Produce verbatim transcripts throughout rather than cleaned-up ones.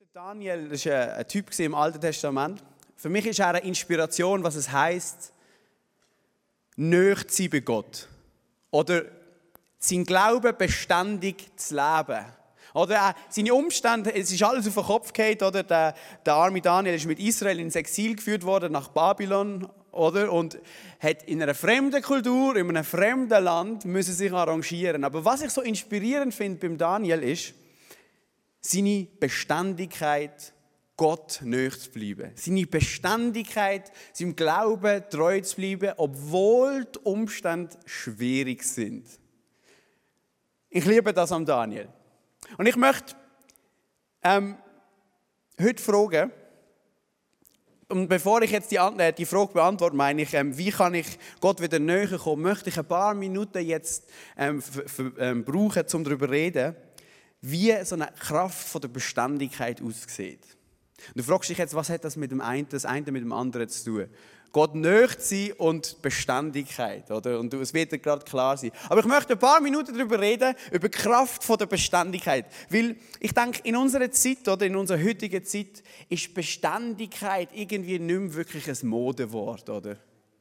Daniel das war ein Typ im Alten Testament. Für mich ist er eine Inspiration, was es heisst, nahe zu sein bei Gott. Oder sein Glauben beständig zu leben. Oder seine Umstände, es ist alles auf den Kopf gefallen, oder? Der, der arme Daniel ist mit Israel ins Exil geführt worden, nach Babylon, oder? Und hat in einer fremden Kultur, in einem fremden Land müssen sich arrangieren. Aber was ich so inspirierend finde beim Daniel ist, seine Beständigkeit, Gott nahe zu bleiben. Seine Beständigkeit, seinem Glauben treu zu bleiben, obwohl die Umstände schwierig sind. Ich liebe das am Daniel. Und ich möchte ähm, heute fragen, und bevor ich jetzt die, äh, die Frage beantworte, meine ich, ähm, wie kann ich Gott wieder näher kommen, möchte ich ein paar Minuten jetzt ähm, f- f- ähm, brauchen, um darüber zu reden, wie so eine Kraft von der Beständigkeit aussieht. Und du fragst dich jetzt, was hat das mit dem einen, das eine mit dem anderen zu tun? Gott nahe zu sein und Beständigkeit, oder? Und es wird dir gerade klar sein. Aber ich möchte ein paar Minuten darüber reden, über die Kraft von der Beständigkeit. Weil ich denke, in unserer Zeit, oder in unserer heutigen Zeit, ist Beständigkeit irgendwie nicht mehr wirklich ein Modewort, oder?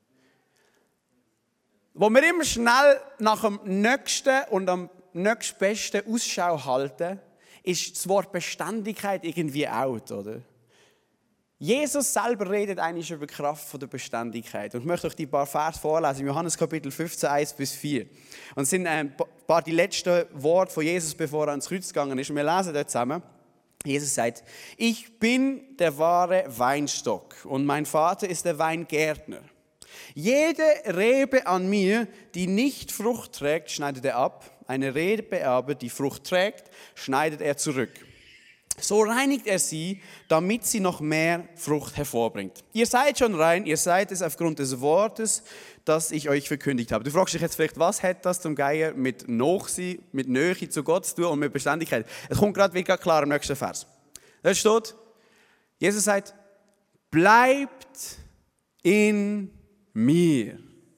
Wo wir immer schnell nach dem Nächsten und am nächstbesten Ausschau halten, ist das Wort Beständigkeit irgendwie out, oder? Jesus selber redet eigentlich über die Kraft der Beständigkeit. Und ich möchte euch die paar Vers vorlesen, Johannes Kapitel fünfzehn, eins bis vier. Und es sind ein paar die letzten Worte von Jesus, bevor er ans Kreuz gegangen ist. Und wir lesen dort zusammen. Jesus sagt, ich bin der wahre Weinstock und mein Vater ist der Weingärtner. Jede Rebe an mir, die nicht Frucht trägt, schneidet er ab. Eine Rebe aber, die Frucht trägt, schneidet er zurück. So reinigt er sie, damit sie noch mehr Frucht hervorbringt. Ihr seid schon rein, ihr seid es aufgrund des Wortes, das ich euch verkündigt habe. Du fragst dich jetzt vielleicht, was hat das zum Geier mit Nachsein, mit Nähe zu Gott zu tun und mit Beständigkeit? Es kommt gerade wieder klar im nächsten Vers. Da steht, Jesus sagt, bleibt in mir.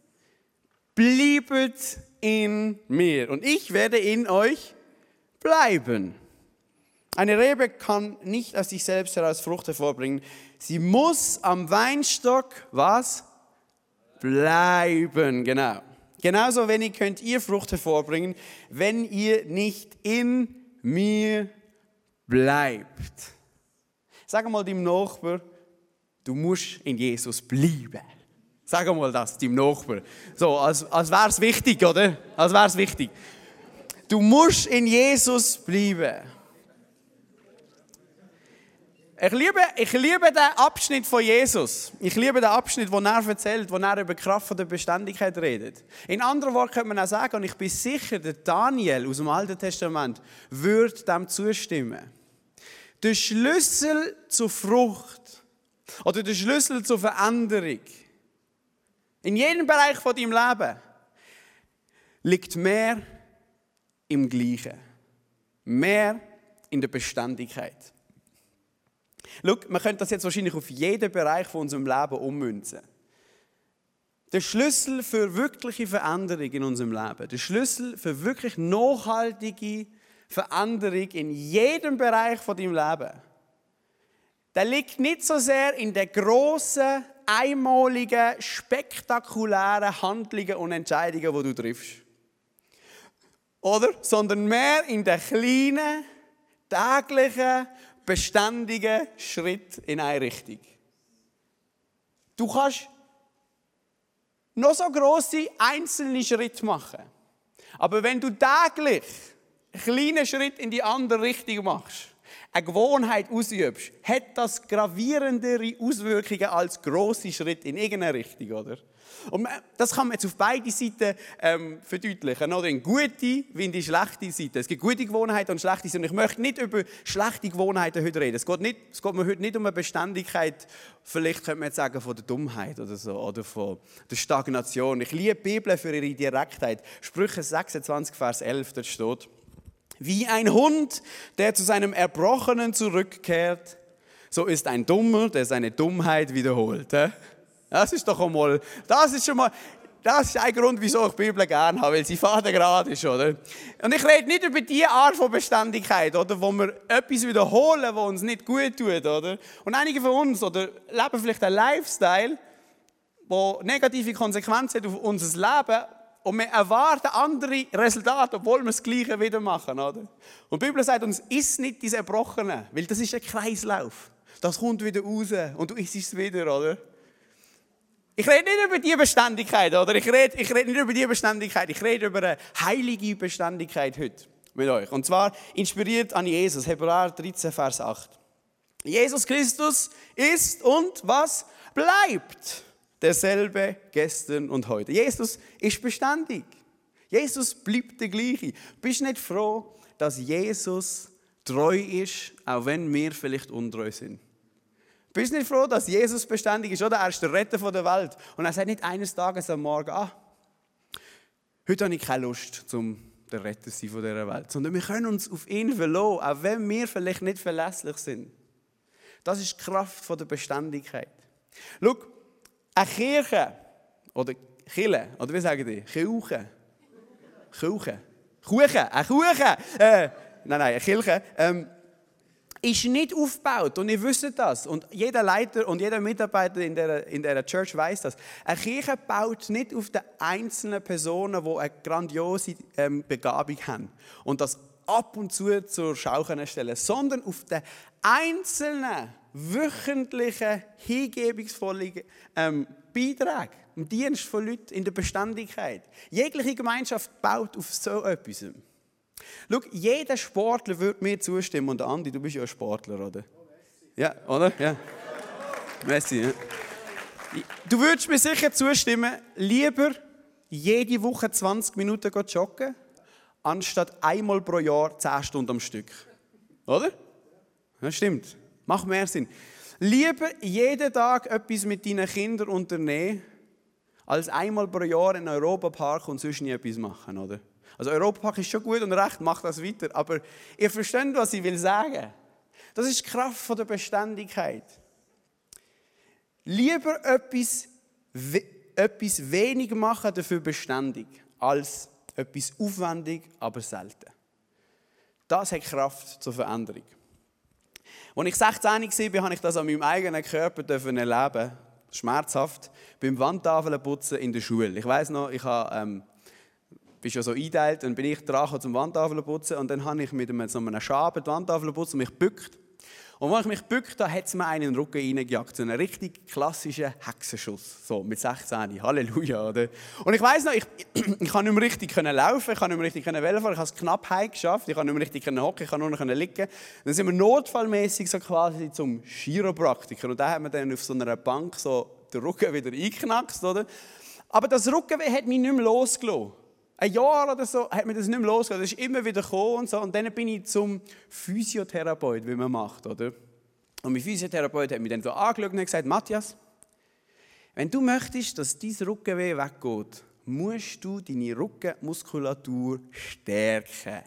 Bleibt in mir. Und ich werde in euch bleiben. Eine Rebe kann nicht aus sich selbst heraus Frucht hervorbringen. Sie muss am Weinstock, was? Bleiben, genau. Genauso wenig könnt ihr Frucht hervorbringen, wenn ihr nicht in mir bleibt. Sag mal deinem Nachbar, du musst in Jesus bleiben. Sag mal das deinem Nachbar. So, als, als wäre es wichtig, oder? Als wäre es wichtig. Du musst in Jesus bleiben. Ich liebe, ich liebe den Abschnitt von Jesus. Ich liebe den Abschnitt, wo er erzählt, wo er über die Kraft der Beständigkeit redet. In anderen Worten könnte man auch sagen, und ich bin sicher, der Daniel aus dem Alten Testament würde dem zustimmen. Der Schlüssel zur Frucht oder der Schlüssel zur Veränderung in jedem Bereich von deinem Leben liegt mehr im Gleichen. Mehr in der Beständigkeit. Schau, man könnte das jetzt wahrscheinlich auf jeden Bereich von unserem Leben ummünzen. Der Schlüssel für wirkliche Veränderung in unserem Leben, der Schlüssel für wirklich nachhaltige Veränderung in jedem Bereich von deinem Leben, der liegt nicht so sehr in den grossen, einmaligen, spektakulären Handlungen und Entscheidungen, die du triffst. Oder? Sondern mehr in den kleinen, täglichen, beständigen Schritt in eine Richtung. Du kannst noch so grosse einzelne Schritte machen. Aber wenn du täglich einen kleinen Schritt in die andere Richtung machst, eine Gewohnheit ausübst, hat das gravierendere Auswirkungen als grosse Schritte in irgendeine Richtung, oder? Und das kann man jetzt auf beide Seiten ähm, verdeutlichen, oder in gute wie in die schlechte Seite. Es gibt gute Gewohnheiten und schlechte Seiten. Und ich möchte nicht über schlechte Gewohnheiten heute reden. Es geht, nicht, es geht mir heute nicht um eine Beständigkeit, vielleicht könnte man jetzt sagen, von der Dummheit oder so, oder von der Stagnation. Ich liebe die Bibel für ihre Direktheit. Sprüche sechsundzwanzig, Vers elf, dort steht, wie ein Hund, der zu seinem Erbrochenen zurückkehrt, so ist ein Dummer, der seine Dummheit wiederholt. Das ist doch einmal, das ist schon mal, das ist ein Grund, wieso ich die Bibel gerne habe, weil sie Vater gerade ist, oder? Und ich rede nicht über die Art von Beständigkeit, oder, wo wir etwas wiederholen, was uns nicht gut tut, oder? Und einige von uns, oder, leben vielleicht einen Lifestyle, der negative Konsequenzen hat auf unser Leben, und wir erwarten andere Resultate, obwohl wir das Gleiche wieder machen, oder? Und die Bibel sagt uns, iss nicht diese Erbrochene, weil das ist ein Kreislauf. Das kommt wieder raus und du isst es wieder, oder? Ich rede nicht über die Beständigkeit, oder? Ich rede, ich rede nicht über die Beständigkeit, ich rede über eine heilige Beständigkeit heute mit euch. Und zwar inspiriert an Jesus, Hebräer dreizehn, Vers acht. Jesus Christus ist und was bleibt derselbe gestern und heute. Jesus ist beständig. Jesus bleibt der gleiche. Bist du nicht froh, dass Jesus treu ist, auch wenn wir vielleicht untreu sind? Bist du nicht froh, dass Jesus beständig ist? Oder? Er ist der Retter der Welt. Und er sagt nicht eines Tages am Morgen, ah, heute habe ich keine Lust, zum der Retter zu sein von dieser Welt. Sondern wir können uns auf ihn verlassen, auch wenn wir vielleicht nicht verlässlich sind. Das ist die Kraft der Beständigkeit. Schau, eine Kirche, oder Kille, oder wie sagen die? Kirche. Kirche. Kuchen, eine Kuchen. Äh, nein, nein, eine Kirche. Ähm, ist nicht aufgebaut, und ihr wisst das. Und jeder Leiter und jeder Mitarbeiter in der, in der Church weiß das. Eine Kirche baut nicht auf den einzelnen Personen, die eine grandiose ähm, Begabung haben und das ab und zu zur Schau stellen, sondern auf den einzelnen, wöchentlichen, hingebungsvollen ähm, Beitrag, im Dienst von Leuten in der Beständigkeit. Jegliche Gemeinschaft baut auf so etwas. Schau, jeder Sportler würde mir zustimmen. Und Andi, du bist ja ein Sportler, oder? Oh, ja, oder? Ja. Merci. Ja. Du würdest mir sicher zustimmen, lieber jede Woche zwanzig Minuten joggen, anstatt einmal pro Jahr zehn Stunden am Stück. Oder? Ja, stimmt. Macht mehr Sinn. Lieber jeden Tag etwas mit deinen Kindern unternehmen, als einmal pro Jahr in den Europapark und sonst nie etwas machen, oder? Also Europapark ist schon gut und recht, macht das weiter. Aber ihr versteht, was ich will sagen. Das ist die Kraft der Beständigkeit. Lieber etwas, we- etwas wenig machen, dafür beständig, als etwas aufwendig, aber selten. Das hat Kraft zur Veränderung. Als ich sechzehn war, habe ich das an meinem eigenen Körper erleben, schmerzhaft, beim Wandtafelputzen in der Schule. Ich weiss noch, ich habe... Ähm, bist ja so eingeteilt, dann bin ich dran zum Wandtafel putzen und dann habe ich mit einem, so einem Schaben die Wandtafel geputzt und mich gebückt. Und als ich mich gebückt habe, hat es mir einen in den Rücken reingejagt. So einen richtig klassischen Hexenschuss. So, mit sechzehn. Halleluja, oder? Und ich weiss noch, ich, ich kann nicht mehr richtig laufen, ich kann nicht mehr richtig Velo fahren, ich habe es knapp heim geschafft, ich kann nicht mehr richtig hocken, ich kann nur noch liegen. Dann sind wir notfallmäßig so quasi zum Chiropraktiker. Und da haben wir dann auf so einer Bank so den Rücken wieder eingeknackst, oder? Aber das Rückenweh hat mich nicht mehr losgelassen. Ein Jahr oder so hat mir das nicht mehr losgelassen. Das ist immer wieder gekommen und so. Und dann bin ich zum Physiotherapeut, wie man macht, oder? Und mein Physiotherapeut hat mich dann so angeschaut und hat gesagt, Matthias, wenn du möchtest, dass dein Rückenweh weggeht, musst du deine Rückenmuskulatur stärken,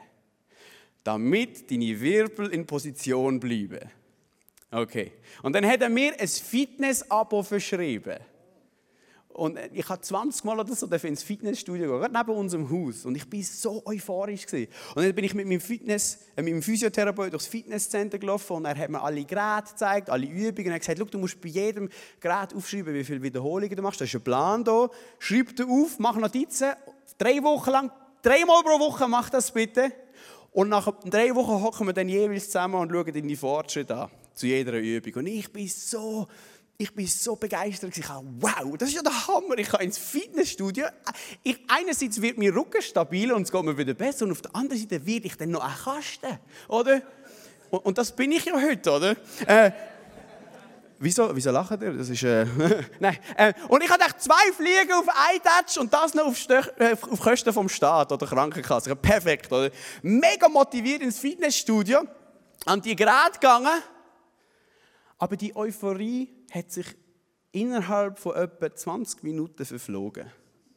damit deine Wirbel in Position bleiben. Okay. Und dann hat er mir ein Fitness-Abo verschrieben. Und ich habe zwanzig Mal oder so ins Fitnessstudio gehen, gerade neben unserem Haus. Und ich war so euphorisch gewesen. Und dann bin ich mit meinem, Fitness, äh, mit meinem Physiotherapeut durchs Fitnesscenter gelaufen und er hat mir alle Geräte gezeigt, alle Übungen. Und er hat gesagt, du musst bei jedem Gerät aufschreiben, wie viele Wiederholungen du machst. Da ist ein Plan da. Schreib dir auf, mach Notizen. Drei Wochen lang, dreimal pro Woche, mach das bitte. Und nach drei Wochen hocken wir dann jeweils zusammen und schauen in die Fortschritte an, zu jeder Übung. Und ich bin so... Ich war so begeistert. Ich dachte, wow, das ist ja der Hammer. Ich gehe ins Fitnessstudio. Ich, einerseits wird mein Rücken stabil und es geht mir wieder besser. Und auf der anderen Seite werde ich dann noch ein Kasten. Oder? Und, und das bin ich ja heute, oder? Äh, wieso, wieso lacht ihr? Das ist... Äh, Nein. Äh, und ich hatte zwei Fliegen auf einen Touch und das noch auf, Stöch, äh, auf Kosten vom Staat oder Krankenkasse. Perfekt, oder? Mega motiviert ins Fitnessstudio. An die Geräte gegangen. Aber die Euphorie hat sich innerhalb von etwa zwanzig Minuten verflogen.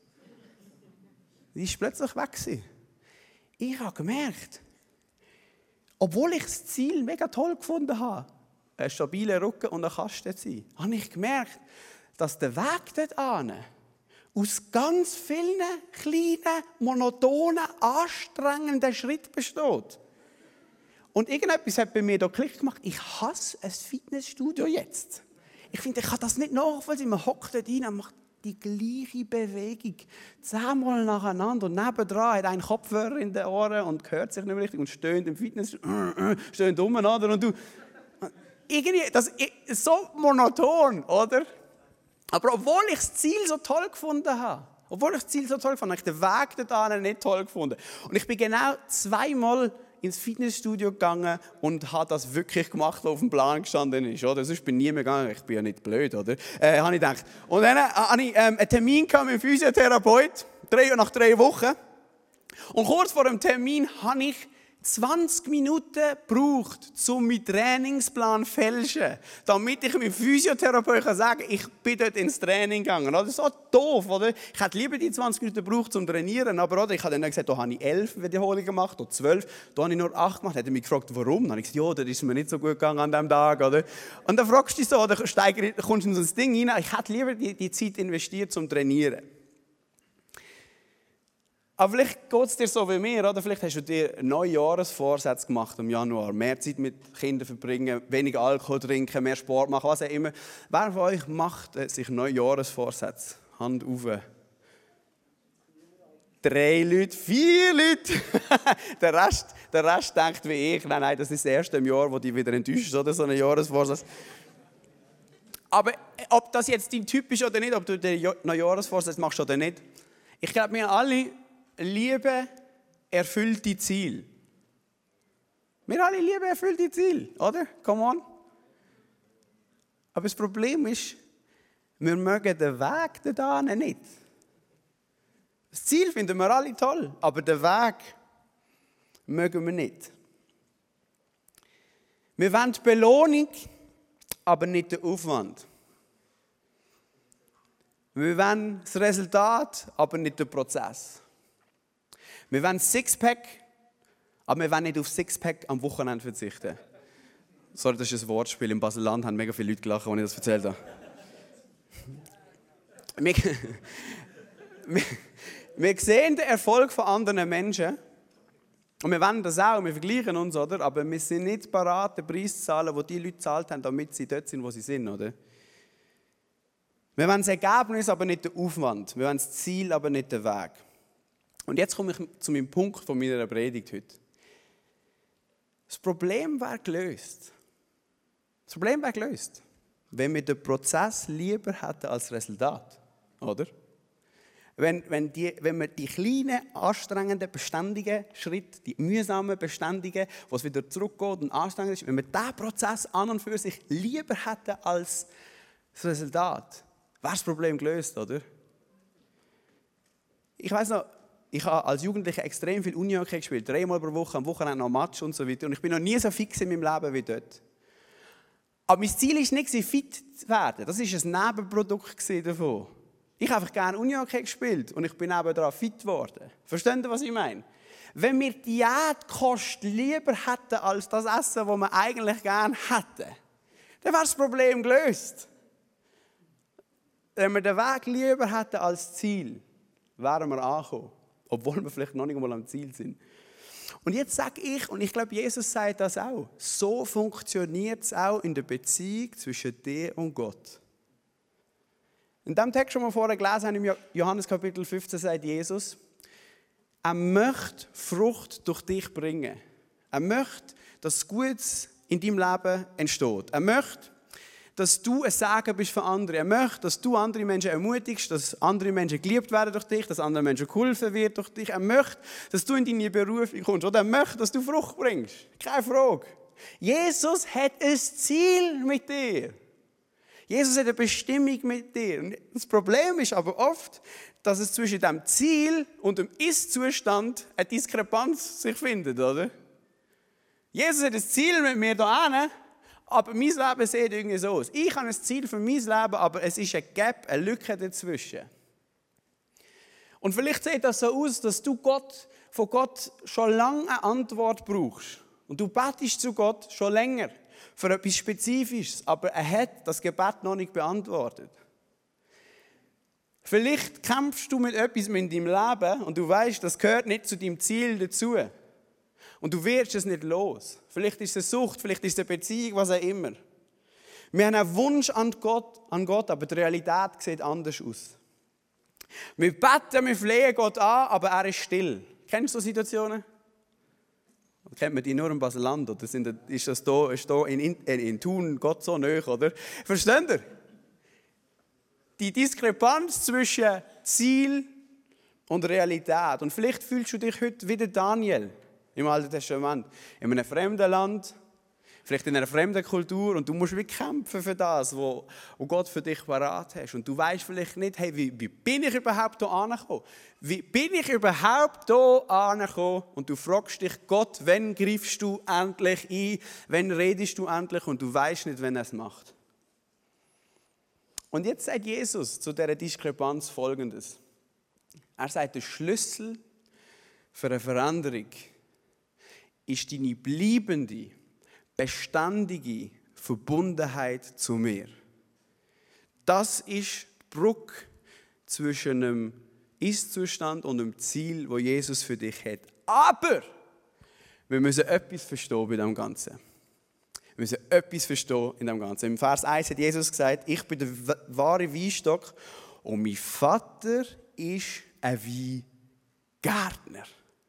Die ist plötzlich weg. Ich habe gemerkt, obwohl ich das Ziel mega toll gefunden habe, einen stabilen Rücken und einen Kasten zu sein, habe ich gemerkt, dass der Weg dorthin aus ganz vielen kleinen, monotonen, anstrengenden Schritten besteht. Und irgendetwas hat bei mir da Klick gemacht. Ich hasse ein Fitnessstudio jetzt. Ich finde, ich kann das nicht nachvollziehen. Man hockt dort rein und macht die gleiche Bewegung. Zehnmal nacheinander. Und nebendran hat ein Kopfhörer in den Ohren und hört sich nicht mehr richtig und stöhnt im Fitnessstudio. Stöhnt um, oder? Und du... Irgendwie, das ist so monoton, oder? Aber obwohl ich das Ziel so toll gefunden habe, obwohl ich das Ziel so toll gefunden habe, habe ich den Weg dorthin nicht toll gefunden. Und ich bin genau zweimal ins Fitnessstudio gegangen und habe das wirklich gemacht, was auf dem Plan gestanden ist. Oder? Sonst bin ich nie mehr gegangen. Ich bin ja nicht blöd, oder? Äh, habe ich gedacht. Und dann äh, hatte ich ähm, einen Termin mit dem Physiotherapeut, drei, nach drei Wochen. Und kurz vor dem Termin habe ich zwanzig Minuten gebraucht, um meinen Trainingsplan zu fälschen, damit ich meinem Physiotherapeut sagen kann, ich bin dort ins Training gegangen. Das ist so doof, oder? Ich hätte lieber die zwanzig Minuten gebraucht, um zu trainieren, aber oder? Ich habe dann gesagt, da habe ich elf Wiederholungen gemacht, oder zwölf, da habe ich nur acht gemacht. Dann hat er mich gefragt, warum? Dann habe ich gesagt, ja, das ist mir nicht so gut gegangen an diesem Tag, oder? Und dann fragst du dich so, oder steigst, kommst du in so ein Ding rein, ich hätte lieber die, die Zeit investiert, um zu trainieren. Aber vielleicht geht es dir so wie mir, oder? Vielleicht hast du dir Neujahresvorsätze gemacht im Januar. Mehr Zeit mit Kindern verbringen, weniger Alkohol trinken, mehr Sport machen, was auch immer. Wer von euch macht sich Neujahresvorsätze? Hand auf. Drei Leute, vier Leute. der, Rest, der Rest denkt wie ich, nein, nein, das ist das erste im Jahr, wo die wieder enttäuscht, oder? So ein Jahresvorsatz. Aber ob das jetzt dein Typ ist oder nicht, ob du den Neujahresvorsatz machst oder nicht, ich glaube, wir alle lieben erfüllte Ziele. Wir alle lieben erfüllte Ziele, oder? Come on. Aber das Problem ist, wir mögen den Weg dahin nicht. Das Ziel finden wir alle toll, aber den Weg mögen wir nicht. Wir wollen die Belohnung, aber nicht den Aufwand. Wir wollen das Resultat, aber nicht den Prozess. Wir wollen Sixpack, aber wir wollen nicht auf Sixpack am Wochenende verzichten. Sorry, das ist ein Wortspiel. Im Baselland haben mega viele Leute gelacht, als ich das erzählt habe. wir, wir, wir sehen den Erfolg von anderen Menschen. Und wir wollen das auch, wir vergleichen uns, oder? Aber wir sind nicht bereit, den Preis zu zahlen, den die Leute gezahlt haben, damit sie dort sind, wo sie sind, oder? Wir wollen das Ergebnis, aber nicht den Aufwand. Wir wollen das Ziel, aber nicht den Weg. Und jetzt komme ich zu meinem Punkt von meiner Predigt heute. Das Problem wäre gelöst. Das Problem wäre gelöst, wenn wir den Prozess lieber hätten als Resultat. Oder? Wenn, wenn, die, wenn wir die kleinen, anstrengenden, beständigen Schritte, die mühsamen, beständigen, wo es wieder zurückgeht und anstrengend ist, wenn wir diesen Prozess an und für sich lieber hätten als das Resultat, wäre das Problem gelöst, oder? Ich weiss noch, ich habe als Jugendlicher extrem viel Unihockey gespielt, dreimal pro Woche, am Wochenende noch Match und so weiter. Und ich bin noch nie so fix in meinem Leben wie dort. Aber mein Ziel war nicht, fit zu werden. Das war ein Nebenprodukt davon. Ich habe einfach gerne Unihockey gespielt und ich bin nebenan fit geworden. Versteht ihr, was ich meine? Wenn wir die Diätkost lieber hätten als das Essen, das wir eigentlich gerne hätten, dann wäre das Problem gelöst. Wenn wir den Weg lieber hätten als Ziel, wären wir angekommen. Obwohl wir vielleicht noch nicht einmal am Ziel sind. Und jetzt sage ich, und ich glaube, Jesus sagt das auch, so funktioniert es auch in der Beziehung zwischen dir und Gott. In dem Text, den wir vorher gelesen haben, im Johannes Kapitel fünfzehn, sagt Jesus, er möchte Frucht durch dich bringen. Er möchte, dass Gutes in deinem Leben entsteht. Er möchte, dass du ein Segen bist für andere. Er möchte, dass du andere Menschen ermutigst, dass andere Menschen geliebt werden durch dich, dass anderen Menschen geholfen wird durch dich. Er möchte, dass du in deine Berufung kommst. Oder er möchte, dass du Frucht bringst. Keine Frage. Jesus hat ein Ziel mit dir. Jesus hat eine Bestimmung mit dir. Das Problem ist aber oft, dass es zwischen dem Ziel und dem Ist-Zustand eine Diskrepanz sich findet, oder? Jesus hat ein Ziel mit mir hier. Aber mein Leben sieht irgendwie so aus. Ich habe ein Ziel für mein Leben, aber es ist ein Gap, eine Lücke dazwischen. Und vielleicht sieht das so aus, dass du Gott, von Gott schon lange eine Antwort brauchst. Und du betest zu Gott schon länger für etwas Spezifisches, aber er hat das Gebet noch nicht beantwortet. Vielleicht kämpfst du mit etwas in deinem Leben und du weißt, das gehört nicht zu deinem Ziel dazu. Und du wirst es nicht los. Vielleicht ist es eine Sucht, vielleicht ist es eine Beziehung, was auch immer. Wir haben einen Wunsch an Gott, an Gott, aber die Realität sieht anders aus. Wir beten, wir flehen Gott an, aber er ist still. Kennst du so Situationen? Kennt man die nur in Basel-Land? Oder sind das, ist das hier, ist hier in, in, in Thun Gott so nahe? Oder? Versteht ihr? Die Diskrepanz zwischen Ziel und Realität. Und vielleicht fühlst du dich heute wie der Daniel im Alten Testament. In einem fremden Land, vielleicht in einer fremden Kultur. Und du musst wie kämpfen für das, was Gott für dich parat hat. Und du weißt vielleicht nicht, hey, wie, wie bin ich überhaupt hier angekommen? Wie bin ich überhaupt hier angekommen? Und du fragst dich, Gott, wann greifst du endlich ein? Wann redest du endlich? Und du weißt nicht, wenn er es macht. Und jetzt sagt Jesus zu dieser Diskrepanz Folgendes. Er sagt, der Schlüssel für eine Veränderung ist deine bleibende, beständige Verbundenheit zu mir. Das ist die Brücke zwischen einem Ist-Zustand und einem Ziel, das Jesus für dich hat. Aber wir müssen etwas verstehen bei dem Ganzen. Wir müssen etwas verstehen in dem Ganzen. Im Vers eins hat Jesus gesagt, ich bin der wahre Weinstock und mein Vater ist ein Weingärtner.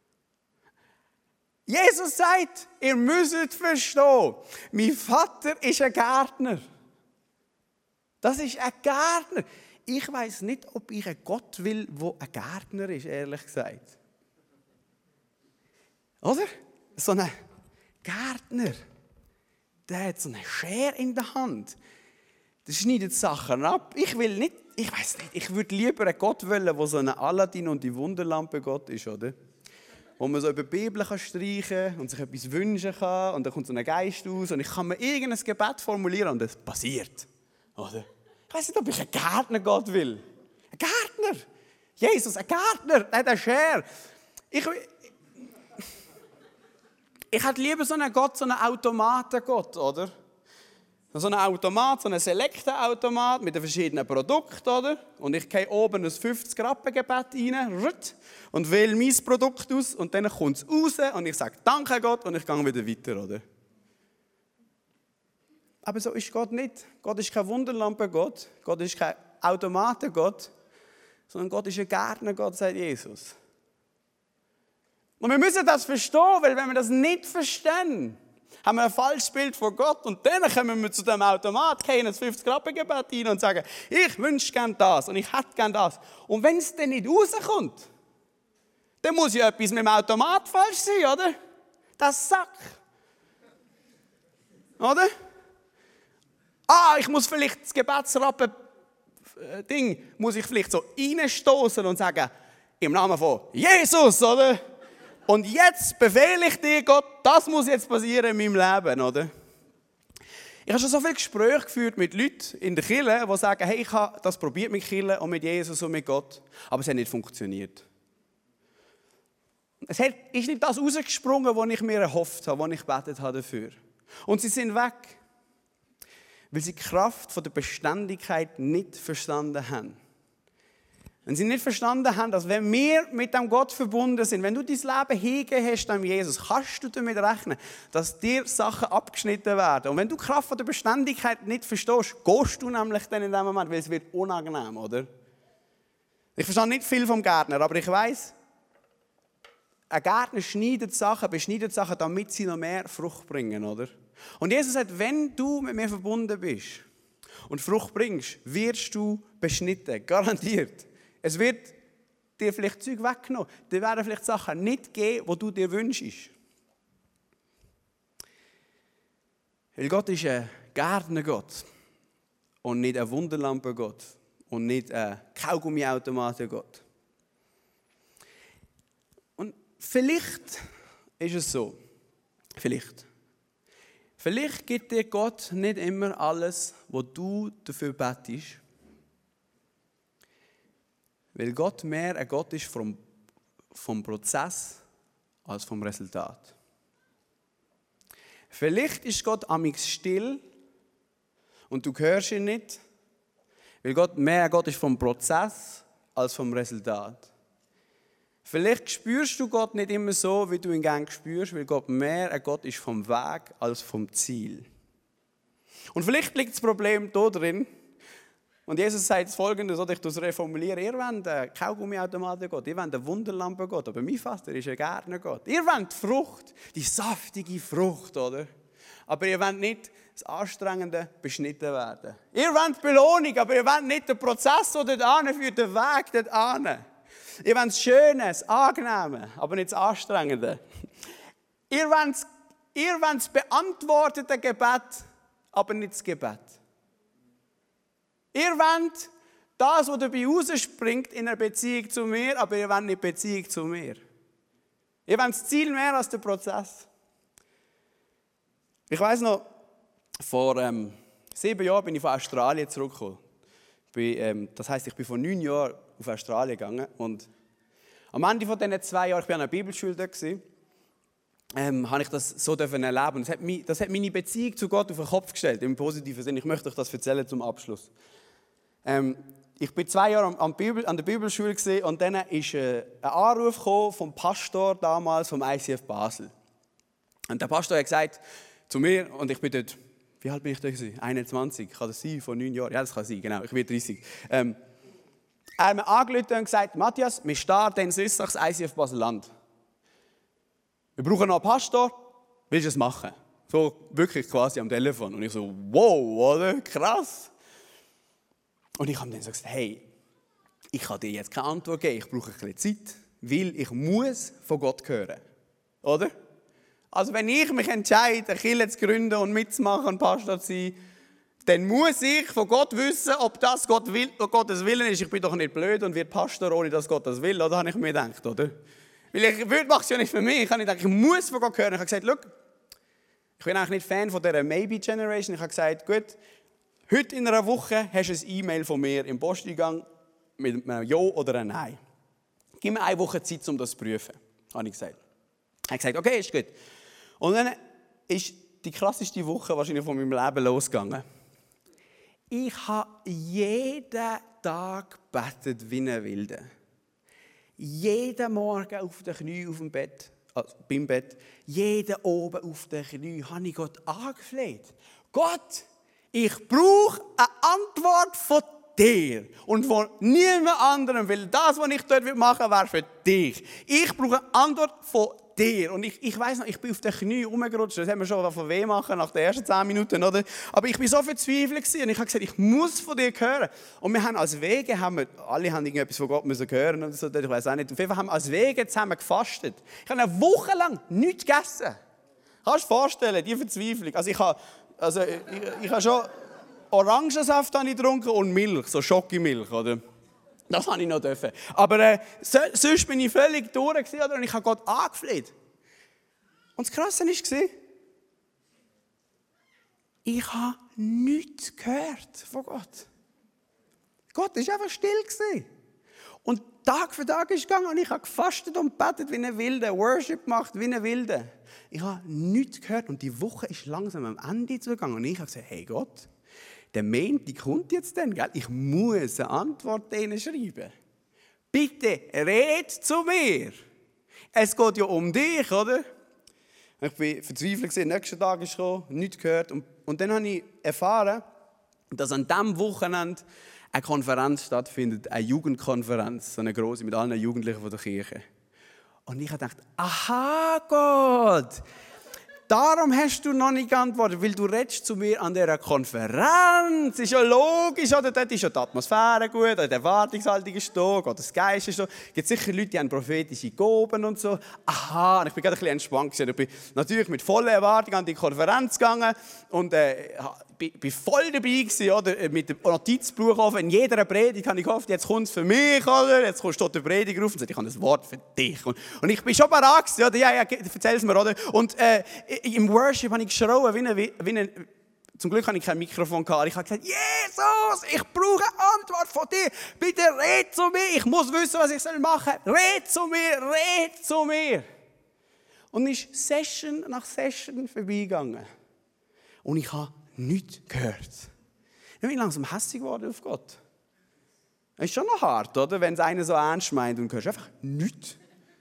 Jesus sagt, ihr müsst verstehen, mein Vater ist ein Gärtner. Das ist ein Gärtner. Ich weiss nicht, ob ich einen Gott will, der ein Gärtner ist, ehrlich gesagt. Oder? So ein Gärtner. Der hat so eine Schere in der Hand. Der schneidet Sachen ab. Ich will nicht, ich weiss nicht, ich würde lieber einen Gott wollen, der so ein Aladdin und die Wunderlampe Gott ist, oder? Wo man so über die Bibel kann streichen und sich etwas wünschen kann und dann kommt so ein Geist aus und ich kann mir irgendein Gebet formulieren und es passiert. Oder? Ich weiss nicht, ob ich einen Gärtner Gott will. Ein Gärtner! Jesus, ein Gärtner! Der hat eine Schere. Ich, ich hätte lieber so einen Gott, so einen Automatengott, oder? So einen Automat, so einen Selektenautomat mit den verschiedenen Produkten, oder? Und ich gehe oben ein fünfzig-Rappen-Gebet rein und wähle mein Produkt aus und dann kommt es raus und ich sage «Danke Gott» und ich gehe wieder weiter, oder? Aber so ist Gott nicht. Gott ist kein Wunderlampe-Gott, Gott ist kein Automatengott, sondern Gott ist ein Gärtner-Gott, sagt Jesus. Und wir müssen das verstehen, weil wenn wir das nicht verstehen, haben wir ein falsches Bild von Gott und dann kommen wir zu dem Automat, gehen ins fünfzig-Rappen-Gebet rein und sagen, ich wünsche gerne das und ich hätte gerne das. Und wenn es dann nicht rauskommt, dann muss ja etwas mit dem Automat falsch sein, oder? Das Sack. Oder? Ah, ich muss vielleicht das Gebetsrappen-Ding, muss ich vielleicht so reinstoßen und sagen, im Namen von Jesus, oder? Und jetzt befehle ich dir, Gott, das muss jetzt passieren in meinem Leben, oder? Ich habe schon so viele Gespräche geführt mit Leuten in der Kirche, die sagen, hey, ich habe das probiert mit Kirche und mit Jesus und mit Gott, aber es hat nicht funktioniert. Es ist nicht das rausgesprungen, was ich mir erhofft habe, was ich gebetet habe dafür. Und sie sind weg, weil sie die Kraft der Beständigkeit nicht verstanden haben. Wenn sie nicht verstanden haben, dass wenn wir mit dem Gott verbunden sind, wenn du dein Leben hingegeben hast an Jesus, kannst du damit rechnen, dass dir Sachen abgeschnitten werden. Und wenn du die Kraft der Beständigkeit nicht verstehst, gehst du nämlich dann in dem Moment, weil es wird unangenehm, oder? Ich verstehe nicht viel vom Gärtner, aber ich weiss, ein Gärtner schneidet Sachen, beschneidet Sachen, damit sie noch mehr Frucht bringen, oder? Und Jesus sagt, wenn du mit mir verbunden bist und Frucht bringst, wirst du beschnitten, garantiert. Es wird dir vielleicht Zeug weggenommen. Dir werden vielleicht Sachen nicht geben, die du dir wünschst. Weil Gott ist ein Gärtner-Gott und nicht ein Wunderlampe-Gott und nicht ein Kaugummi-Automaten-Gott. Und vielleicht ist es so, vielleicht, vielleicht gibt dir Gott nicht immer alles, was du dafür betest, weil Gott mehr ein Gott ist vom, vom Prozess als vom Resultat. Vielleicht ist Gott amix still und du hörst ihn nicht, weil Gott mehr ein Gott ist vom Prozess als vom Resultat. Vielleicht spürst du Gott nicht immer so, wie du ihn gerne spürst, weil Gott mehr ein Gott ist vom Weg als vom Ziel. Und vielleicht liegt das Problem da drin. Und Jesus sagt Folgendes, oder ich das reformulieren: Ihr wollt einen Kaugummiautomaten Gott, ihr wollt einen Wunderlampe Gott, aber mein Vater ist ein Gärtner Gott. Ihr wollt die Frucht, die saftige Frucht, oder? Aber ihr wollt nicht das Anstrengende beschnitten werden. Ihr wollt die Belohnung, aber ihr wollt nicht den Prozess, der dort hinführt, den Weg dort hin. Ihr wollt das Schöne, das Angenehme, aber nicht das Anstrengende. Ihr wollt, ihr wollt das beantwortete Gebet, aber nicht das Gebet. Ihr wollt das, was dabei rausspringt, in einer Beziehung zu mir, aber ihr wollt nicht Beziehung zu mir. Ihr wollt das Ziel mehr als den Prozess. Ich weiss noch, vor ähm, sieben Jahren bin ich von Australien zurückgekommen. Bin, ähm, das heisst, ich bin vor neun Jahren auf Australien gegangen. Und am Ende von diesen zwei Jahren, ich war an einer Bibelschule dort, ähm, habe ich das so erleben. Und das hat, mich, das hat meine Beziehung zu Gott auf den Kopf gestellt, im positiven Sinn. Ich möchte euch das erzählen zum Abschluss. Ähm, ich war zwei Jahre an, Bibel, an der Bibelschule gewesen, und dann ist äh, ein Anruf gekommen vom Pastor damals vom I C F Basel. Und der Pastor hat gesagt zu mir, und ich bin dort, wie alt bin ich da gewesen? einundzwanzig, kann das sein, vor neun Jahren? Ja, das kann sein, genau, ich bin dreißig. Ähm, er hat mir angerufen und gesagt: Matthias, wir starten in Süssachs I C F Basel-Land. Wir brauchen noch einen Pastor, willst du es machen? So wirklich quasi am Telefon. Und ich so, wow, oder? Krass. Und ich habe dann so gesagt: hey, ich kann dir jetzt keine Antwort geben, ich brauche ein bisschen Zeit, weil ich muss von Gott hören. Oder? Also wenn ich mich entscheide, eine Kirche zu gründen und mitzumachen und Pastor zu sein, dann muss ich von Gott wissen, ob das Gott will, Gottes Willen ist. Ich bin doch nicht blöd und werde Pastor, ohne dass Gott das will, oder? Habe ich mir gedacht, oder? Weil ich mache es ja nicht für mich. Ich habe gedacht, ich muss von Gott hören. Ich habe gesagt: schau, ich bin eigentlich nicht Fan von dieser Maybe-Generation. Ich habe gesagt: gut, heute in einer Woche hast du ein E-Mail von mir im Posteingang mit einem Ja oder einem Nein. Gib mir eine Woche Zeit, um das zu prüfen, habe ich gesagt. Er hat gesagt: okay, ist gut. Und dann ist die krasseste Woche wahrscheinlich von meinem Leben losgegangen. Ich habe jeden Tag gebetet wie ein Wilder. Jeden Morgen auf den Knien auf dem Bett, also beim Bett, jeden oben auf den Knien, habe ich Gott angefleht. Gott, ich brauche eine Antwort von dir und von niemand anderem, weil das, was ich dort machen will, wäre für dich. Ich brauche eine Antwort von dir. Und ich, ich weiss noch, ich bin auf den Knien rumgerutscht. Das haben wir schon von weh machen nach den ersten zehn Minuten, oder? Aber ich war so verzweifelt und ich habe gesagt: ich muss von dir hören. Und wir haben als Wege, haben wir, alle haben irgendetwas von Gott müssen hören oder so, ich weiß auch nicht. Auf jeden Fall haben wir als Wege zusammen gefastet. Ich habe eine Woche lang nichts gegessen. Kannst du dir vorstellen, die Verzweiflung. Also ich habe, also ich, ich habe schon Orangensaft habe ich getrunken und Milch, so Schokimilch, oder? Das habe ich noch dürfen. Aber äh, so, sonst bin ich völlig durch gewesen, oder? Und ich habe Gott angefleht. Und das Krasse war, ich habe nichts gehört von Gott. Gott war einfach still gewesen. Und Tag für Tag ist gegangen und ich habe gefastet und gebetet wie ein Wilder, Worship gemacht wie ein Wilder. Ich habe nichts gehört und die Woche ist langsam am Ende zugegangen. Und ich habe gesagt: hey Gott, der Montag kommt jetzt dann, gell? Ich muss eine Antwort denen schreiben. Bitte, red zu mir. Es geht ja um dich, oder? Ich war verzweifelt, am nächsten Tag ist gekommen, nichts gehört. Und, und dann habe ich erfahren, dass an diesem Wochenende eine Konferenz stattfindet, eine Jugendkonferenz, so eine grosse mit allen Jugendlichen von der Kirche. Und ich habe gedacht: aha Gott, darum hast du noch nicht geantwortet, weil du redest zu mir an dieser Konferenz. Ist ja logisch, oder? Dort ist ja die Atmosphäre gut, die Erwartungshaltung ist da, Gottes Geist ist da. Es gibt sicher Leute, die haben prophetische Gaben und so. Aha, und ich bin gerade ein bisschen entspannt. Ich bin natürlich mit voller Erwartung an die Konferenz gegangen und äh, bin voll dabei gewesen, oder? Mit dem Notizbuch auf. In jeder Predigt habe ich gehofft, jetzt kommt es für mich, oder? Jetzt steht der Prediger auf und sagt: ich habe ein Wort für dich. Und, und ich bin schon bereit gewesen, oder? Ja, ja, erzähl es mir, oder? Und äh, im Worship habe ich geschrien, wie eine, wie eine, zum Glück hatte ich kein Mikrofon gehabt. Ich habe gesagt: Jesus, ich brauche eine Antwort von dir. Bitte red zu mir. Ich muss wissen, was ich machen soll. Red zu mir, red zu mir. Und ist Session nach Session vorbeigegangen. Und ich habe nichts gehört. Ich bin langsam hässig geworden auf Gott. Das ist schon noch hart, oder? Wenn es einer so ernst meint und du hörst einfach nichts.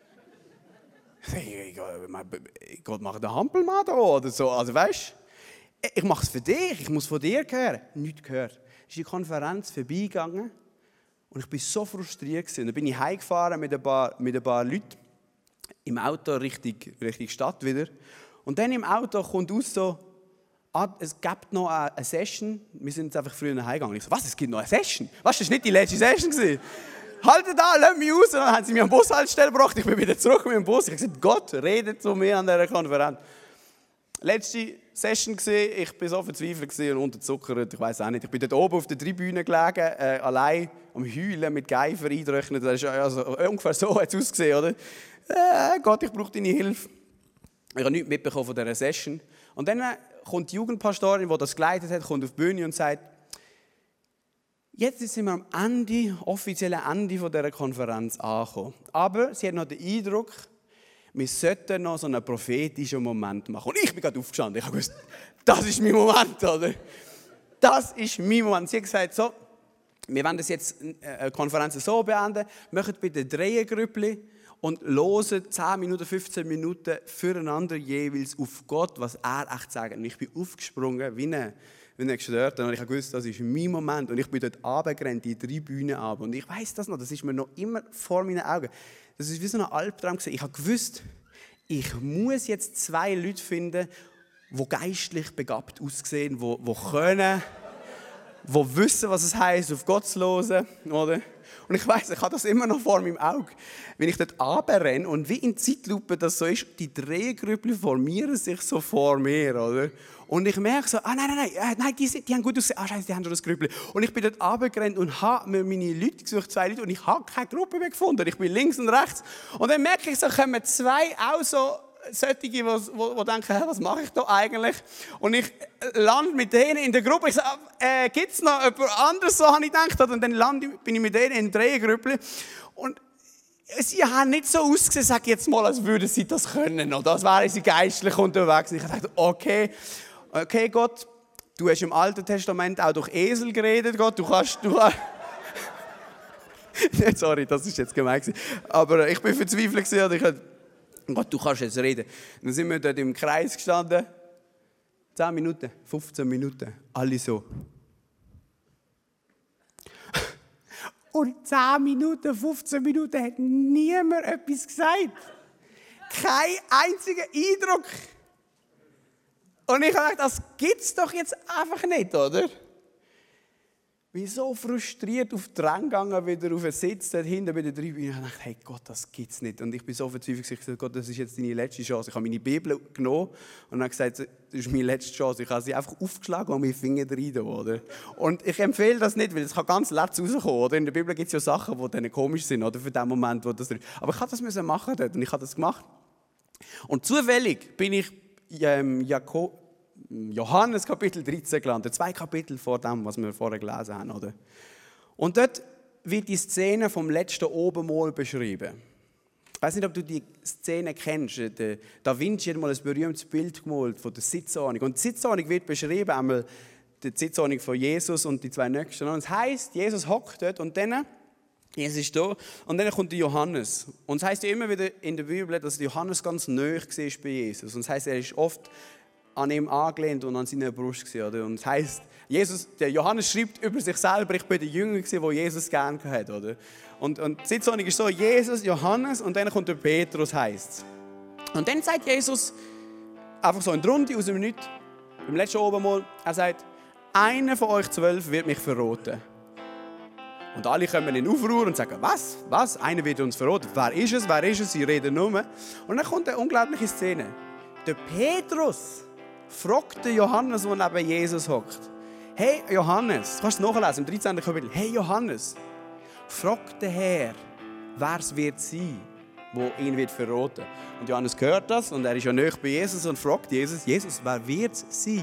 Ich Gott, mache den Hampelmann da oder so. Also weißt du, ich mache es für dich, ich muss von dir hören. Nichts gehört. Es ist die Konferenz vorbeigegangen und ich war so frustriert. Dann bin ich heimgefahren mit ein paar, mit ein paar Leuten im Auto Richtung, Richtung Stadt wieder. Und dann im Auto kommt aus so, ah, es gibt noch eine Session. Wir sind jetzt einfach früher heimgegangen. Ich so, was, es gibt noch eine Session? Was, das war nicht die letzte Session gewesen? Haltet da, lasst mich raus. Und dann haben sie mich an die Bushaltestelle gebracht. Ich bin wieder zurück mit dem Bus. Ich habe gesagt, Gott, redet zu mir an dieser Konferenz. Letzte Session gesehen, ich war so verzweifelt und unterzuckert. Ich weiß auch nicht. Ich bin dort oben auf der Tribüne gelegen, äh, allein am Heulen, mit Geifer eindrücken. Das ist also ungefähr so hat es ausgesehen, oder? Äh, Gott, ich brauche deine Hilfe. Ich habe nichts mitbekommen von dieser Session. Und dann kommt die Jugendpastorin, die das geleitet hat, kommt auf die Bühne und sagt, jetzt sind wir am Ende, offiziellen Ende dieser Konferenz angekommen. Aber sie hat noch den Eindruck, wir sollten noch so einen prophetischen Moment machen. Und ich bin gerade aufgestanden. Ich habe gewusst, das ist mein Moment, oder? Das ist mein Moment. Sie hat gesagt, so, wir wollen das jetzt eine Konferenz so beenden, macht bitte drei Grüppli und hören zehn Minuten, fünfzehn Minuten füreinander jeweils auf Gott, was er echt sagt. Und ich bin aufgesprungen wie ein wie ein Gestörter. Und ich habe gewusst, das ist mein Moment. Und ich bin dort runtergerannt, die drei Bühnen runter. Und ich weiss das noch, das ist mir noch immer vor meinen Augen. Das ist wie so ein Albtraum gewesen. Ich habe gewusst, ich muss jetzt zwei Leute finden, die geistlich begabt aussehen, die, die können, die wissen, was es heisst, auf Gott zu hören, oder? Und ich weiss, ich habe das immer noch vor meinem Auge. Wenn ich dort runterrenne und wie in Zeitlupe das so ist, die Drehgrüppel formieren sich so vor mir, oder? Und ich merke so, ah nein, nein, nein, nein die, die haben gut ausgesehen, ah scheiße, die haben schon das Grüppel. Und ich bin dort runtergerannt und habe mir meine Leute gesucht, zwei Leute, und ich habe keine Gruppe mehr gefunden. Ich bin links und rechts. Und dann merke ich so, kommen zwei auch so solche, die, die, die denken, hey, was mache ich da eigentlich? Und ich lande mit denen in der Gruppe. Ich sage, äh, gibt es noch jemand anderes, so habe ich gedacht. Und dann lande, bin ich mit denen in drei Grüppeln. Und sie haben nicht so ausgesehen, sage ich jetzt mal, als würden sie das können. Oder als wären sie geistlich unterwegs. Und ich dachte, okay, okay, Gott, du hast im Alten Testament auch durch Esel geredet, Gott, du kannst... Du kannst Sorry, das ist jetzt gemein gewesen. Aber ich bin verzweifelt und ich dachte, Gott, du kannst jetzt reden. Dann sind wir dort im Kreis gestanden. zehn Minuten, fünfzehn Minuten, alle so. Und zehn Minuten, fünfzehn Minuten hat niemand etwas gesagt. Kein einziger Eindruck. Und ich habe gedacht, das gibt es doch jetzt einfach nicht, oder? Ich bin so frustriert auf die Ränge gegangen, wieder auf den Sitz dort hinten bei der Tribüne. Ich habe gedacht, hey Gott, das gibt es nicht. Und ich bin so verzweifelt, ich habe gesagt, Gott, das ist jetzt deine letzte Chance. Ich habe meine Bibel genommen und habe gesagt, das ist meine letzte Chance. Ich habe sie einfach aufgeschlagen und meine Finger rein, oder? Und ich empfehle das nicht, weil es kann ganz letzt rauskommen, oder? In der Bibel gibt es ja Sachen, die dann komisch sind, oder? Für den Moment, wo das... Aber ich musste das machen dort und ich habe das gemacht. Und zufällig bin ich ähm, Jakob... Johannes Kapitel dreizehn gelandet, zwei Kapitel vor dem, was wir vorher gelesen haben. Oder? Und dort wird die Szene vom letzten Obenmahl beschrieben. Ich weiß nicht, ob du die Szene kennst. Der Da Vinci hat mal ein berühmtes Bild gemalt von der Sitzordnung. Und die Sitzordnung wird beschrieben, einmal die Sitzordnung von Jesus und die zwei Nächsten. Und es heisst, Jesus hockt dort und dann, Jesus ist da, und dann kommt der Johannes. Und es heisst ja immer wieder in der Bibel, dass Johannes ganz nahe war bei Jesus. Und es heisst, er ist oft an ihm angelehnt und an seiner Brust gewesen, oder? Und das heisst, Jesus, der Johannes schreibt über sich selber, ich bin der Jünger gewesen, wo Jesus gerne hatte, oder? Und, und die Sitzordnung ist so, Jesus, Johannes und dann kommt der Petrus, heisst. Und dann sagt Jesus, einfach so in der Runde aus dem Nichts, im letzten Obenmahl, er sagt, einer von euch zwölf wird mich verraten. Und alle kommen in Aufruhr und sagen, was? Was? Einer wird uns verraten. Wer ist es? Wer ist es? Sie reden nur. Und dann kommt eine unglaubliche Szene. Der Petrus fragt den Johannes, der neben Jesus hockt. Hey Johannes, du kannst es nachlesen, im dreizehnten Kapitel. Hey Johannes, fragt den Herr, wer es wird sein, der ihn wird verraten. Und Johannes hört das und er ist ja nahe bei Jesus und fragt Jesus, Jesus, wer wird es sein?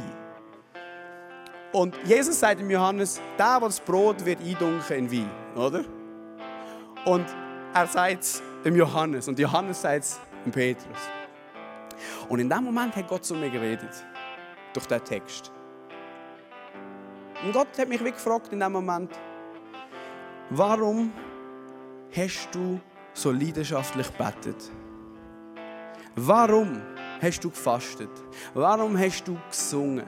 Und Jesus sagt dem Johannes, der, der das Brot wird eindunken in Wein, oder? Und er sagt es dem Johannes und Johannes sagt es dem Petrus. Und in dem Moment hat Gott zu mir geredet. Durch diesen Text. Und Gott hat mich wie gefragt in dem Moment, warum hast du so leidenschaftlich gebetet? Warum hast du gefastet? Warum hast du gesungen?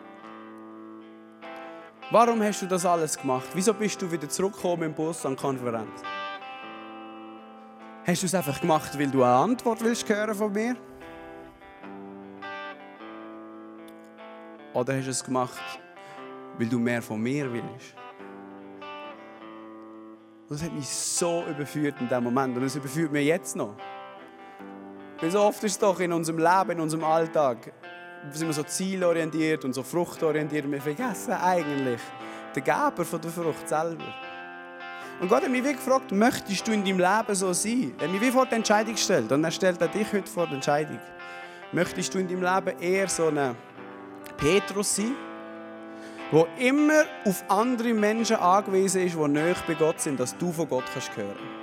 Warum hast du das alles gemacht? Wieso bist du wieder zurückgekommen im Bus an die Konferenz? Hast du es einfach gemacht, weil du eine Antwort willst hören von mir? Oder hast du es gemacht, weil du mehr von mir willst? Und das hat mich so überführt in diesem Moment. Und es überführt mich jetzt noch. Weil so oft ist es doch in unserem Leben, in unserem Alltag, sind wir so zielorientiert und so fruchtorientiert und wir vergessen eigentlich den Geber von der Frucht selber. Und Gott hat mich wie gefragt, möchtest du in deinem Leben so sein? Er hat mich wie vor die Entscheidung gestellt und er stellt auch dich heute vor die Entscheidung. Möchtest du in deinem Leben eher so ein Petrus sein, der immer auf andere Menschen angewiesen ist, die nahe bei Gott sind, dass du von Gott kannst hören kannst?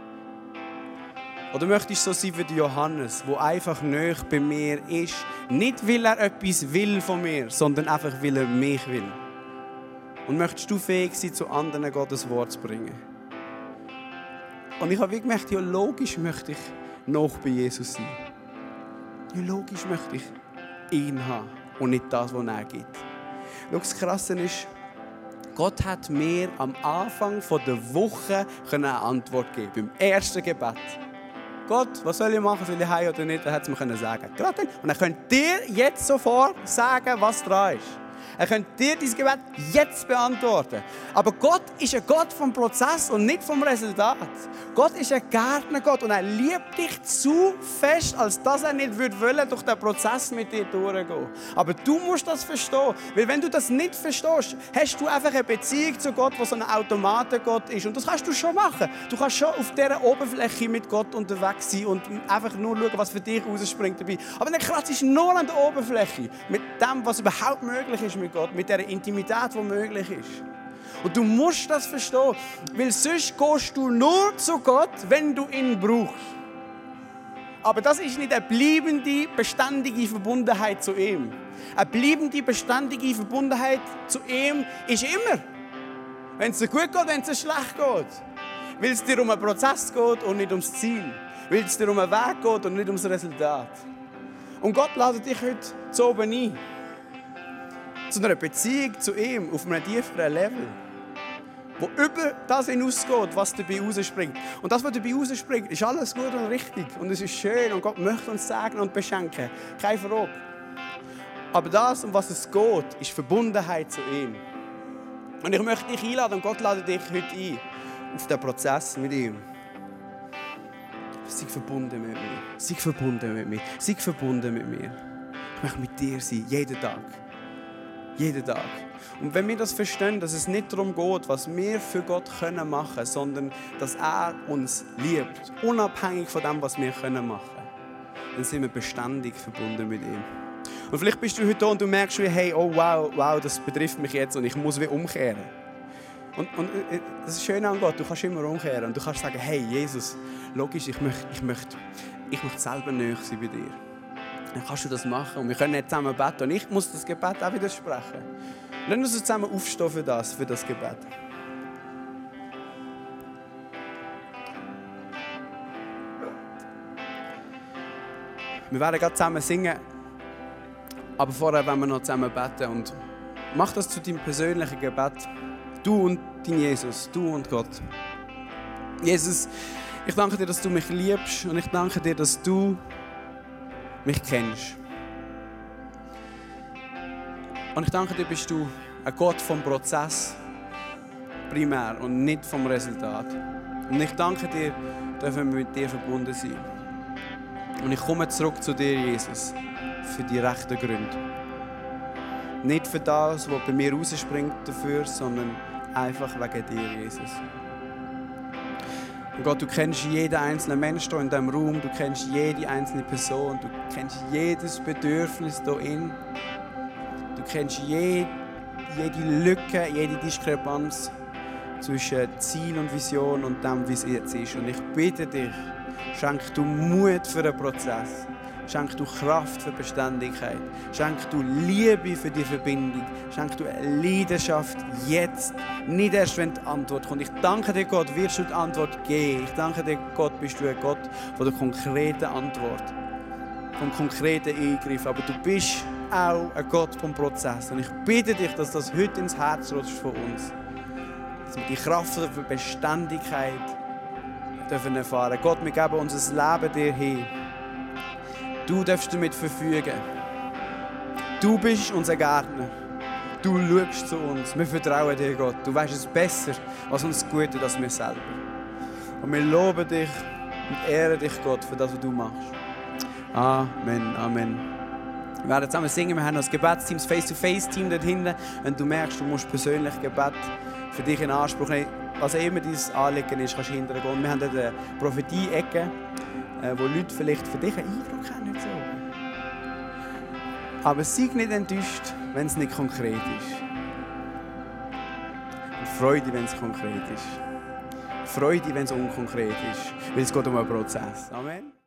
Oder möchtest du so sein wie der Johannes, der einfach nahe bei mir ist, nicht weil er etwas will von mir, sondern einfach weil er mich will? Und möchtest du fähig sein, zu anderen Gottes Wort zu bringen? Und ich habe wie gemerkt, ja, logisch möchte ich noch bei Jesus sein. Ja, logisch möchte ich ihn haben und nicht das, was er gibt. Schau, das Krasse ist, Gott hat mir am Anfang der Woche eine Antwort geben, beim ersten Gebet. Gott, was soll ich machen, soll ich heim oder nicht? Er hat es mir sagen. Gerade dann. Und er könnte dir jetzt sofort sagen, was dran ist. Er könnte dir dieses Gebet jetzt beantworten. Aber Gott ist ein Gott vom Prozess und nicht vom Resultat. Gott ist ein Gärtnergott und er liebt dich zu fest, als dass er nicht würde wollen, durch den Prozess mit dir durchgehen. Aber du musst das verstehen. Weil wenn du das nicht verstehst, hast du einfach eine Beziehung zu Gott, die so ein Automatengott ist. Und das kannst du schon machen. Du kannst schon auf dieser Oberfläche mit Gott unterwegs sein und einfach nur schauen, was für dich rausspringt dabei. Aber dann kratzt es nur an der Oberfläche. Mit dem, was überhaupt möglich ist mit Gott. Mit der Intimität, die möglich ist. Und du musst das verstehen, weil sonst gehst du nur zu Gott, wenn du ihn brauchst. Aber das ist nicht eine bleibende, beständige Verbundenheit zu ihm. Eine bleibende, beständige Verbundenheit zu ihm ist immer, wenn es dir gut geht, wenn es dir schlecht geht. Weil es dir um einen Prozess geht und nicht ums Ziel. Weil es dir um einen Weg geht und nicht ums Resultat. Und Gott lädt dich heute so oben ein. Zu einer Beziehung zu ihm auf einem tieferen Level, wo über das hinausgeht, was dabei rausspringt. Und das, was dabei rausspringt, ist alles gut und richtig. Und es ist schön und Gott möchte uns segnen und beschenken. Keine Frage. Aber das, um was es geht, ist Verbundenheit zu ihm. Und ich möchte dich einladen, und Gott lädt dich heute ein, auf den Prozess mit ihm. Sei verbunden mit mir. Sei verbunden mit mir. Sei verbunden mit mir. Ich möchte mit dir sein, jeden Tag. Jeden Tag. Und wenn wir das verstehen, dass es nicht darum geht, was wir für Gott können machen, sondern dass er uns liebt, unabhängig von dem, was wir können machen, dann sind wir beständig verbunden mit ihm. Und vielleicht bist du heute da und du merkst, hey, oh wow, wow, das betrifft mich jetzt und ich muss wie umkehren. Und, und das ist schön an Gott, du kannst immer umkehren und du kannst sagen, hey Jesus, logisch, ich möchte, ich möchte, ich möchte selber nahe sein bei dir. Dann kannst du das machen und wir können nicht zusammen beten. Und ich muss das Gebet auch wieder sprechen. Lass uns zusammen aufstehen für das, für das Gebet. Wir werden gerade zusammen singen, aber vorher wollen wir noch zusammen beten. Und mach das zu deinem persönlichen Gebet. Du und dein Jesus, du und Gott. Jesus, ich danke dir, dass du mich liebst und ich danke dir, dass du mich kennst. Und ich danke dir, bist du ein Gott vom Prozess primär und nicht vom Resultat. Und ich danke dir, dürfen wir mit dir verbunden sein. Und ich komme zurück zu dir, Jesus, für die rechten Gründe. Nicht für das, was bei mir rausspringt dafür, sondern einfach wegen dir, Jesus. Und Gott, du kennst jeden einzelnen Menschen hier in diesem Raum, du kennst jede einzelne Person, du kennst jedes Bedürfnis hier in. Du kennst jede, jede Lücke, jede Diskrepanz zwischen Ziel und Vision und dem, wie es jetzt ist. Und ich bitte dich, schenk du Mut für den Prozess. Schenk du Kraft für Beständigkeit. Schenk du Liebe für die Verbindung. Schenk du eine Leidenschaft jetzt. Nicht erst, wenn die Antwort kommt. Ich danke dir, Gott, wirst du die Antwort geben. Ich danke dir, Gott, bist du ein Gott von der konkreten Antwort. Vom konkreten Eingriff. Aber du bist auch ein Gott vom Prozess. Und ich bitte dich, dass das heute ins Herz rutscht von uns. Dass wir die Kraft für Beständigkeit dürfen erfahren. Gott, wir geben unser Leben dir hin. Du darfst damit verfügen. Du bist unser Gärtner. Du schaust zu uns. Wir vertrauen dir, Gott. Du weißt es besser, was uns gut tut, als wir selber. Und wir loben dich und ehren dich, Gott, für das, was du machst. Amen, Amen. Wir werden zusammen singen. Wir haben noch das Gebetsteam, das Face-to-Face-Team dort hinten. Wenn du merkst, du musst persönlich Gebet für dich in Anspruch nehmen, was immer dein Anliegen ist, kannst du hinterher gehen. Wir haben dort eine Prophetie-Ecke, wo Leute vielleicht für dich einen Eindruck haben, nicht so. Aber sei nicht enttäuscht, wenn es nicht konkret ist. Und freu dich, wenn es konkret ist. Freu dich, wenn es unkonkret ist. Weil es geht um einen Prozess. Amen.